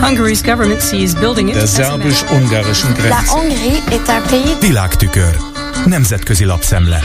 der szerbus-ungarischen Grenze. Világtükör. Nemzetközi lapszemle.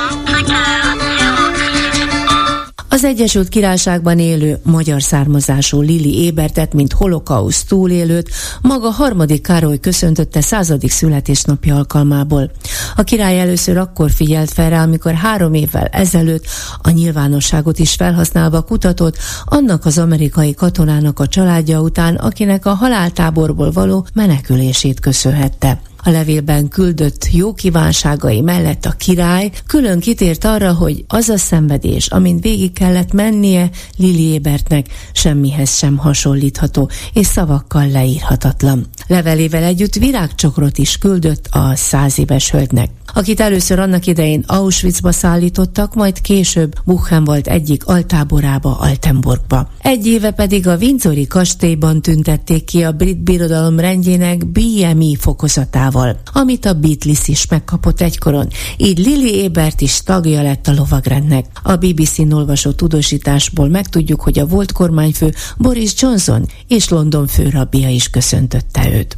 Az Egyesült Királyságban élő magyar származású Lili Ébertet, mint holokauszt túlélőt, maga harmadik Károly köszöntötte 100. születésnapja alkalmából. A király először akkor figyelt fel rá, amikor 3 évvel ezelőtt a nyilvánosságot is felhasználva kutatott annak az amerikai katonának a családja után, akinek a haláltáborból való menekülését köszönhette. A levélben küldött jó kívánságai mellett a király külön kitért arra, hogy az a szenvedés, amint végig kellett mennie Lili Ébertnek, semmihez sem hasonlítható és szavakkal leírhatatlan. Levelével együtt virágcsokrot is küldött a 100 éves hölgynek, akit először annak idején Auschwitzba szállítottak, majd később Buchenwald egyik altáborába, Altenburgba. 1 éve pedig a Windsori kastélyban tüntették ki a brit birodalom rendjének BMI fokozatával, amit a Beatles is megkapott egykoron, így Lili Ébert is tagja lett a lovagrendnek. A BBC-n olvasott tudósításból megtudjuk, hogy a volt kormányfő Boris Johnson és London főrabbija is köszöntötte őt.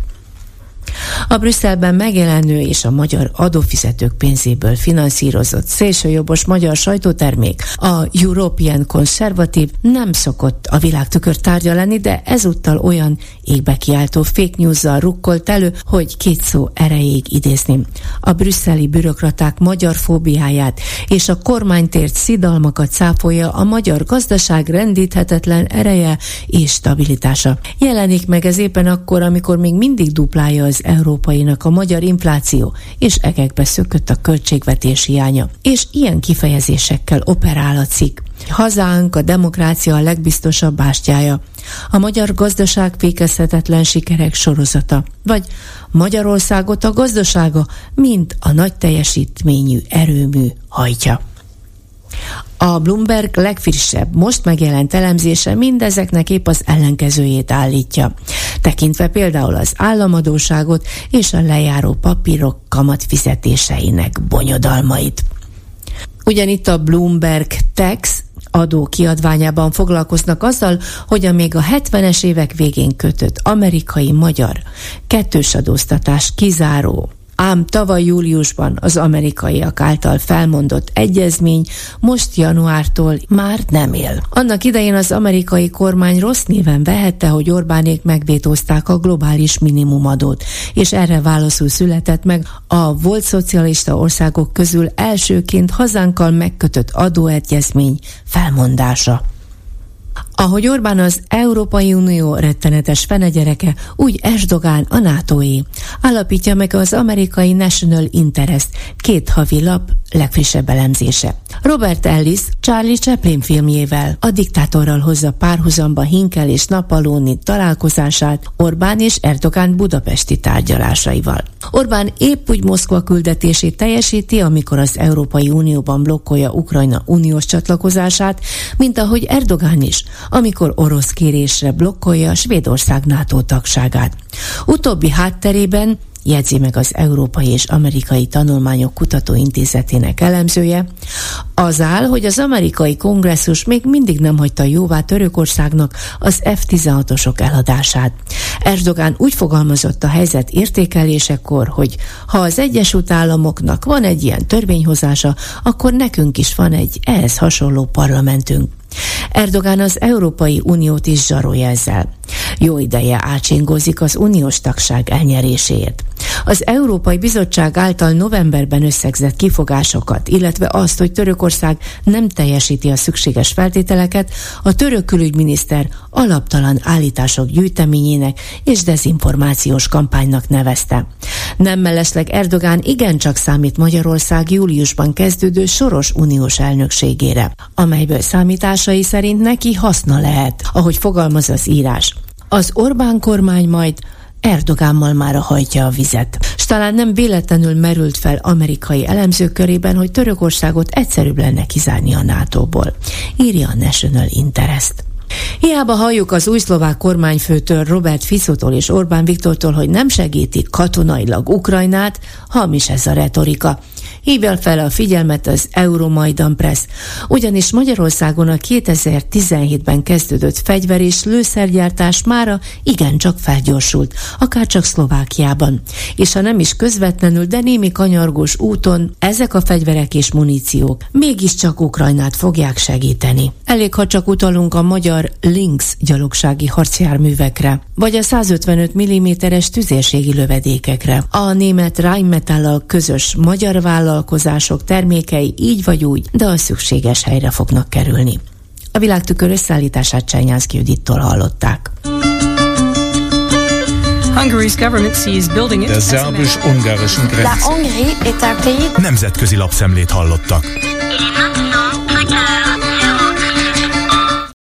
A Brüsszelben megjelenő és a magyar adófizetők pénzéből finanszírozott szélsőjobbos magyar sajtótermék, a European Conservative nem szokott a Világtükör tárgya lenni, de ezúttal olyan égbekiáltó fake news-zal rukkolt elő, hogy 2 szó erejéig idézném. A brüsszeli bürokraták magyar fóbiáját és a kormánytért szidalmakat cáfolja a magyar gazdaság rendíthetetlen ereje és stabilitása. Jelenik meg ez éppen akkor, amikor még mindig duplája az európainak a magyar infláció, és egekbe szökött a költségvetés hiánya. És ilyen kifejezésekkel operál a cikk. Hazánk a demokrácia a legbiztosabb bástyája. A magyar gazdaság fékezhetetlen sikerek sorozata. Vagy Magyarországot a gazdasága, mint a nagy teljesítményű erőmű hajtja. A Bloomberg legfrissebb, most megjelent elemzése mindezeknek épp az ellenkezőjét állítja, tekintve például az államadósságot és a lejáró papírok kamatfizetéseinek bonyodalmait. Ugyanitt a Bloomberg Tax adó kiadványában foglalkoznak azzal, hogy a még a 70-es évek végén kötött amerikai-magyar kettős adóztatás kizáró, ám tavaly júliusban az amerikaiak által felmondott egyezmény most januártól már nem él. Annak idején az amerikai kormány rossz néven vehette, hogy Orbánék megvétózták a globális minimumadót, és erre válaszul született meg a volt szocialista országok közül elsőként hazánkkal megkötött adóegyezmény felmondása. Ahogy Orbán az Európai Unió rettenetes fenegyereke, úgy Erdogan a NATO-é, állapítja meg az amerikai National Interest 2 havi lap legfrissebb elemzése. Robert Ellis Charlie Chaplin filmjével, a diktátorral hozza párhuzamba Hinkel és Napaloni találkozását Orbán és Erdogan budapesti tárgyalásaival. Orbán épp úgy Moszkva küldetését teljesíti, amikor az Európai Unióban blokkolja Ukrajna uniós csatlakozását, mint ahogy Erdogan is, amikor orosz kérésre blokkolja Svédország NATO tagságát. Utóbbi hátterében, jegyzi meg az Európai és Amerikai Tanulmányok Kutatóintézetének elemzője, az áll, hogy az amerikai kongresszus még mindig nem hagyta jóvá Törökországnak az F-16-osok eladását. Erdogan úgy fogalmazott a helyzet értékelésekor, hogy ha az Egyesült Államoknak van egy ilyen törvényhozása, akkor nekünk is van egy ehhez hasonló parlamentünk. Erdogan az Európai Uniót is zsarolja ezzel. Jó ideje átsingózik az uniós tagság elnyeréséért. Az Európai Bizottság által novemberben összegzett kifogásokat, illetve azt, hogy Törökország nem teljesíti a szükséges feltételeket, a török külügyminiszter alaptalan állítások gyűjteményének és dezinformációs kampánynak nevezte. Nem mellesleg Erdogan igencsak számít Magyarország júliusban kezdődő soros uniós elnökségére, amelyből számításai szerint neki haszna lehet, ahogy fogalmaz az írás. Az Orbán kormány majd Erdogánmal már hajtja a vizet. S talán nem véletlenül merült fel amerikai elemzők körében, hogy Törökországot egyszerűbb lenne kizárni a NATO-ból, írja a National Interest. Hiába halljuk az új szlovák kormányfőtől, Robert Ficótól és Orbán Viktortól, hogy nem segítik katonailag Ukrajnát, hamis ez a retorika. Hívja fel a figyelmet az Euromaidan Press, ugyanis Magyarországon a 2017-ben kezdődött fegyver- és lőszergyártás mára igencsak felgyorsult, akárcsak Szlovákiában. És ha nem is közvetlenül, de némi kanyargós úton ezek a fegyverek és muníciók mégiscsak Ukrajnát fogják segíteni. Elég, ha csak utalunk a magyar Lynx gyalogsági harcjárművekre, vagy a 155 mm-es tüzérségi lövedékekre. A német Rheinmetall-al közös magyar vállalkozások termékei így vagy úgy, de a szükséges helyre fognak kerülni. A Világtükör összeállítását Csernyánszky Judittól hallották. Der szerbus-ungarischen Grenze. Nemzetközi lapszemlét hallottak.